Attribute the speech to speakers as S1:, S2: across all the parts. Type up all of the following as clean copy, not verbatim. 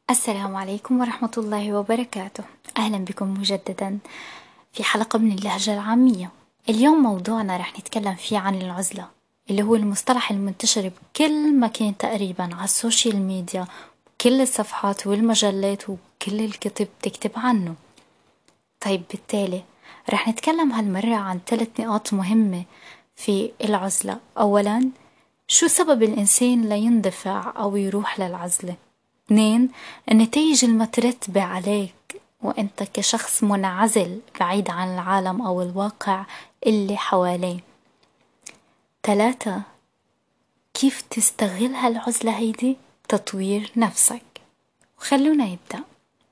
S1: السلام عليكم ورحمة الله وبركاته. أهلا بكم مجددا في حلقة من اللهجة العامية. اليوم موضوعنا رح نتكلم فيه عن العزلة، اللي هو المصطلح المنتشر بكل مكان تقريبا على السوشيال ميديا، كل الصفحات والمجلات وكل الكتب تكتب عنه. طيب بالتالي رح نتكلم هالمرة عن 3 نقاط مهمة في العزلة. أولا، شو سبب الإنسان ليندفع أو يروح للعزلة؟ 2، النتائج المترتبة عليك وأنت كشخص منعزل بعيد عن العالم أو الواقع اللي حواليه. 3، كيف تستغل هالعزلة هيدي تطوير نفسك. وخلونا نبدأ.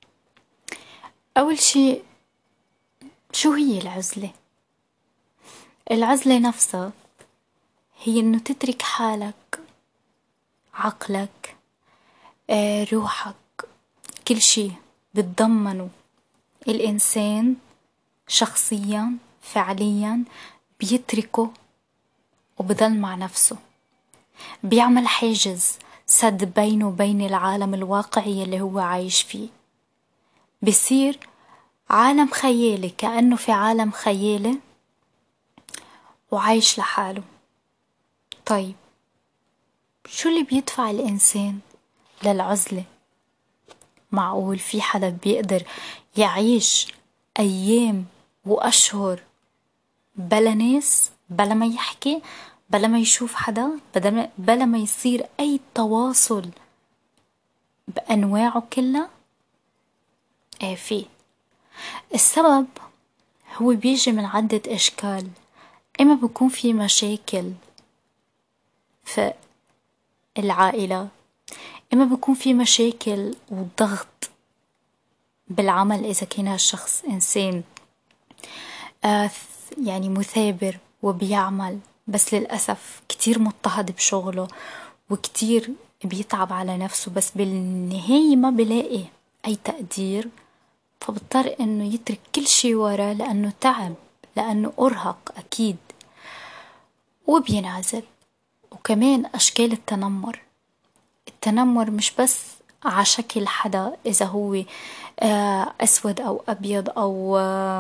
S1: أول شي، شو هي العزلة؟ العزلة نفسها هي إنه تترك حالك، عقلك، روحك، كل شي بتضمنه الإنسان شخصيا فعليا بيتركه وبضل مع نفسه، بيعمل حاجز سد بينه وبين العالم الواقعي اللي هو عايش فيه. بيصير عالم خيالي، كأنه في عالم خيالي وعايش لحاله. طيب شو اللي بيدفع الإنسان للعزلة؟ معقول في حدا بيقدر يعيش أيام وأشهر بلا ناس، بلا ما يحكي، بلا ما يشوف حدا، بلا ما يصير أي تواصل بأنواعه كلها؟ ايه في. السبب هو بيجي من عدة أشكال. إما بيكون في مشاكل في العائلة، إما بيكون في مشاكل وضغط بالعمل إذا كان هالشخص إنسان يعني مثابر وبيعمل، بس للأسف كتير مضطهد بشغله وكتير بيتعب على نفسه، بس بالنهاية ما بلاقي أي تقدير، فبضطر إنه يترك كل شي وراه لأنه تعب، لأنه أرهق أكيد، وبينعزل. وكمان أشكال التنمر. التنمر مش بس على شكل حدا، إذا هو أسود أو أبيض أو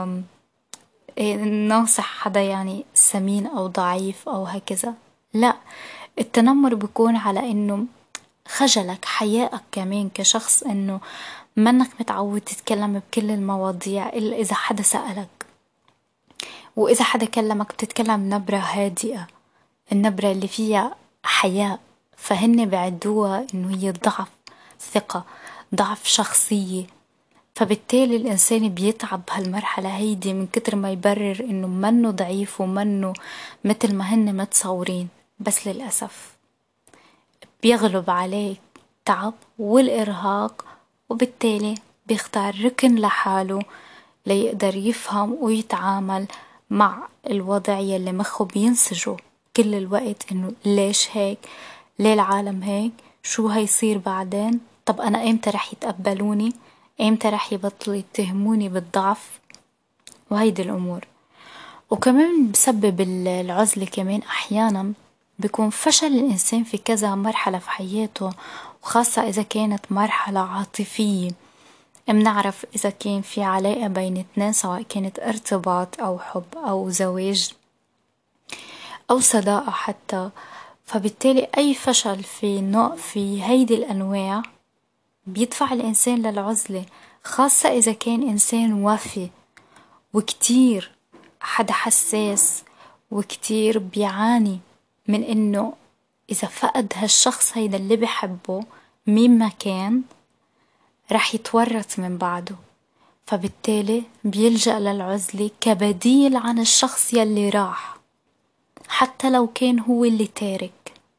S1: ناصح حدا يعني سمين أو ضعيف أو هكذا، لا، التنمر بيكون على إنه خجلك، حيائك كمان كشخص، إنه منك متعود تتكلم بكل المواضيع إلا إذا حدا سألك، وإذا حدا كلمك بتتكلم بنبرة هادئة، النبرة اللي فيها حياء، فهن بعدوها إنه هي ضعف ثقة، ضعف شخصية. فبالتالي الإنسان بيتعب بهالمرحلة هيدي من كتر ما يبرر إنه منه ضعيف ومنه مثل ما هن متصورين، بس للأسف بيغلب عليه التعب والإرهاق، وبالتالي بيختار ركن لحاله ليقدر يفهم ويتعامل مع الوضع يلي مخه بينسجه كل الوقت، إنه ليش هيك؟ ليه العالم هيك؟ شو هيصير بعدين؟ طب أنا إمتى رح يتقبلوني؟ إمتى رح يبطلوا يتهموني بالضعف؟ وهيدي الأمور. وكمان بسبب العزلة كمان أحيانا بيكون فشل الإنسان في كذا مرحلة في حياته، وخاصة إذا كانت مرحلة عاطفية. بنعرف إذا كان في علاقة بين اتنين، سواء كانت ارتباط أو حب أو زواج أو صداقة حتى، فبالتالي أي فشل في هيدي الأنواع بيدفع الإنسان للعزلة، خاصة إذا كان إنسان وافي وكتير حدا حساس وكتير بيعاني من إنه إذا فقد هالشخص هيدا اللي بحبه مين ما كان رح يتورط من بعده، فبالتالي بيلجأ للعزلة كبديل عن الشخص يلي راح، حتى لو كان هو اللي تارك.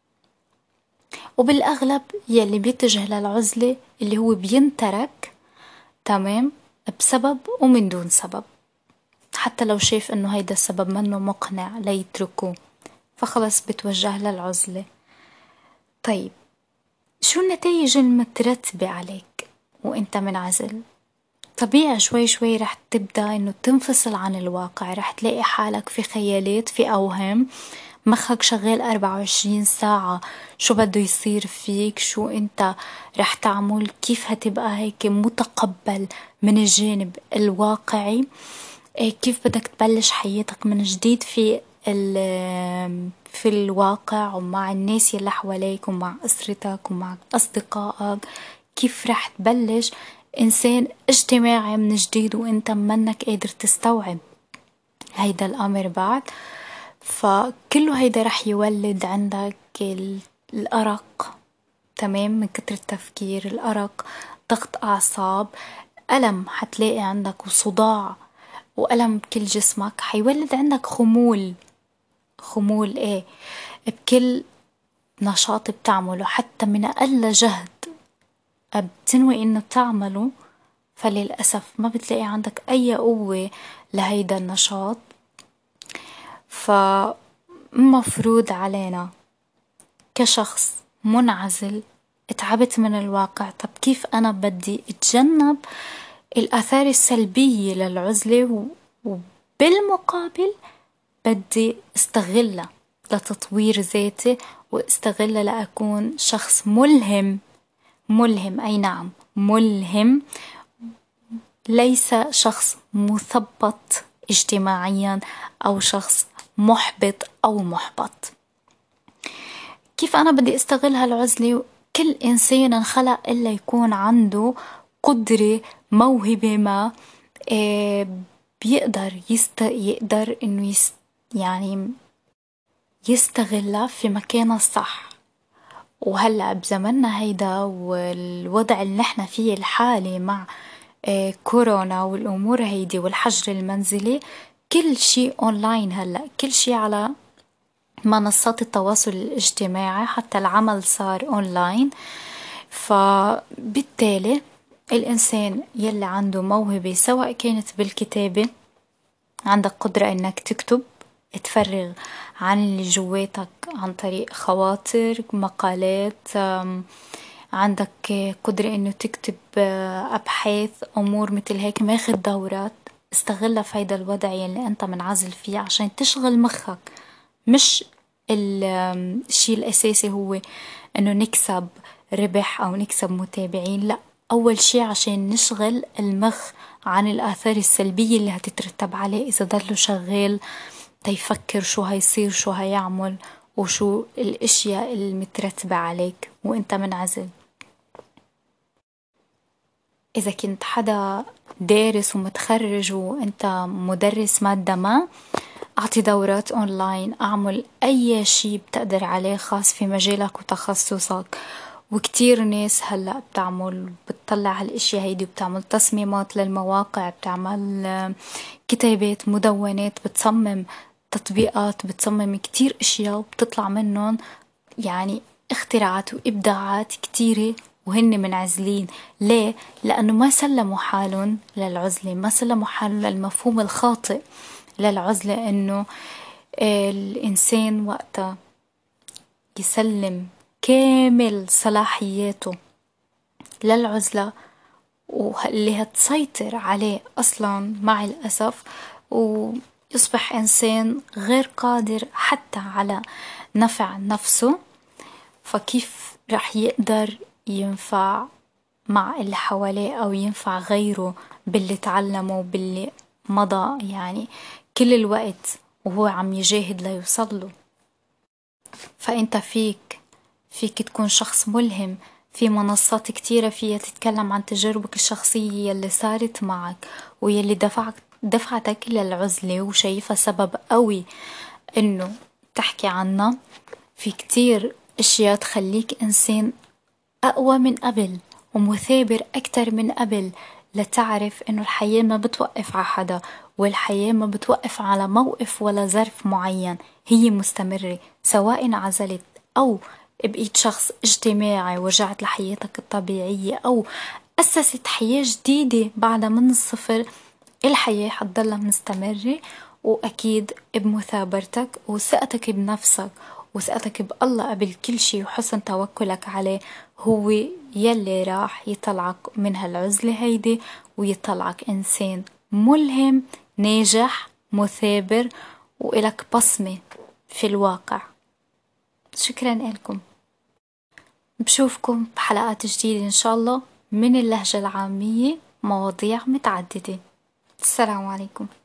S1: وبالأغلب يلي بيتجه للعزلة اللي هو بينترك، تمام، بسبب ومن دون سبب، حتى لو شايف إنه هيدا السبب منه مقنع ليتركه، فخلص بتوجه للعزلة. طيب شو النتائج المترتبة عليك وإنت منعزل؟ طبيعي شوي شوي رح تبدأ إنه تنفصل عن الواقع، رح تلاقي حالك في خيالات، في أوهام، مخك شغال 24 ساعة، شو بده يصير فيك، شو انت رح تعمل، كيف هتبقى هيك متقبل من الجانب الواقعي، كيف بدك تبلش حياتك من جديد في الواقع ومع الناس يلي حواليك ومع أسرتك ومع أصدقائك. كيف رح تبلش إنسان اجتماعي من جديد وإنت منك قادر تستوعب هيدا الأمر بعد. فكله هيدا رح يولد عندك الأرق، تمام، من كتر التفكير، الأرق، ضغط أعصاب، ألم حتلاقي عندك وصداع وألم بكل جسمك، حيولد عندك خمول. خمول ايه بكل نشاط بتعمله، حتى من أقل جهد بتنوي إنه تعمله، فللأسف ما بتلاقي عندك أي قوة لهيدا النشاط. فمفروض علينا كشخص منعزل اتعبت من الواقع، طب كيف أنا بدي أتجنب الآثار السلبية للعزلة وبالمقابل بدي استغلها لتطوير ذاتي واستغلها لأكون شخص ملهم. ملهم، أي نعم، ملهم، ليس شخص مثبط اجتماعيا أو شخص محبط أو محبط. كيف أنا بدي استغل هالعزلة؟ كل إنسان انخلق إلا يكون عنده قدرة، موهبة ما بيقدر يقدر إنه يعني يستغلها في مكانها الصح. وهلأ بزمننا هيدا والوضع اللي نحنا فيه الحالي مع كورونا والأمور هيدي والحجر المنزلي، كل شي أونلاين، هلأ كل شي على منصات التواصل الاجتماعي، حتى العمل صار أونلاين. فبالتالي الإنسان يلي عنده موهبة سواء كانت بالكتابة، عندك قدرة إنك تكتب تفرغ عن اللي جواتك عن طريق خواطر، مقالات، عندك قدرة إنه تكتب أبحاث، أمور مثل هيك، ماخد دورات، استغلها في هيدا الوضع يلي أنت منعزل فيه عشان تشغل مخك. مش الشي الأساسي هو إنه نكسب ربح أو نكسب متابعين، لأ، أول شي عشان نشغل المخ عن الآثار السلبية اللي هتترتب عليه إذا ضله شغال تيفكر شو هيصير، شو هيعمل، وشو الأشياء المترتبة عليك وإنت منعزل. إذا كنت حدا دارس ومتخرج وإنت مدرس مادة ما، أعطي دورات أونلاين، أعمل أي شي بتقدر عليه خاص في مجالك وتخصصك. وكتير ناس هلأ بتطلع هالاشياء هيدي وبتعمل تصميمات للمواقع، بتعمل كتابات، مدونات، بتصمم تطبيقات، بتصمم كتير اشياء وبتطلع منهم يعني اختراعات وإبداعات كتيرة وهن منعزلين. ليه؟ لأنه ما سلموا حالهم للعزلة، ما سلموا حالهم للمفهوم الخاطئ للعزلة، إنه الإنسان وقتها يسلم كامل صلاحياته للعزلة واللي هتسيطر عليه أصلا مع الأسف، ويصبح إنسان غير قادر حتى على نفع نفسه. فكيف رح يقدر ينفع مع اللي حواليه أو ينفع غيره باللي تعلمه وباللي مضى يعني كل الوقت وهو عم يجاهد ليوصله؟ فأنت فيك تكون شخص ملهم في منصات كتيرة فيها تتكلم عن تجاربك الشخصية يلي صارت معك ويلي دفعتك للعزلة وشايفها سبب قوي إنه تحكي عنها. في كتير أشياء تخليك إنسان أقوى من قبل ومثابر أكتر من قبل، لتعرف إنه الحياة ما بتوقف على حدا، والحياة ما بتوقف على موقف ولا ظرف معين، هي مستمرة. سواء انعزلت أو بقيت شخص اجتماعي ورجعت لحياتك الطبيعية أو أسست حياة جديدة بعدها من الصفر، الحياة حتضلها مستمرة. وأكيد بمثابرتك وثقتك بنفسك وثقتك بالله قبل كل شي وحسن توكلك عليه، هو يلي راح يطلعك من هالعزلة هيدي ويطلعك إنسان ملهم، ناجح، مثابر، وإلك بصمة في الواقع. شكرا لكم، بشوفكم بحلقات جديدة إن شاء الله من اللهجة العامية، مواضيع متعددة. السلام عليكم.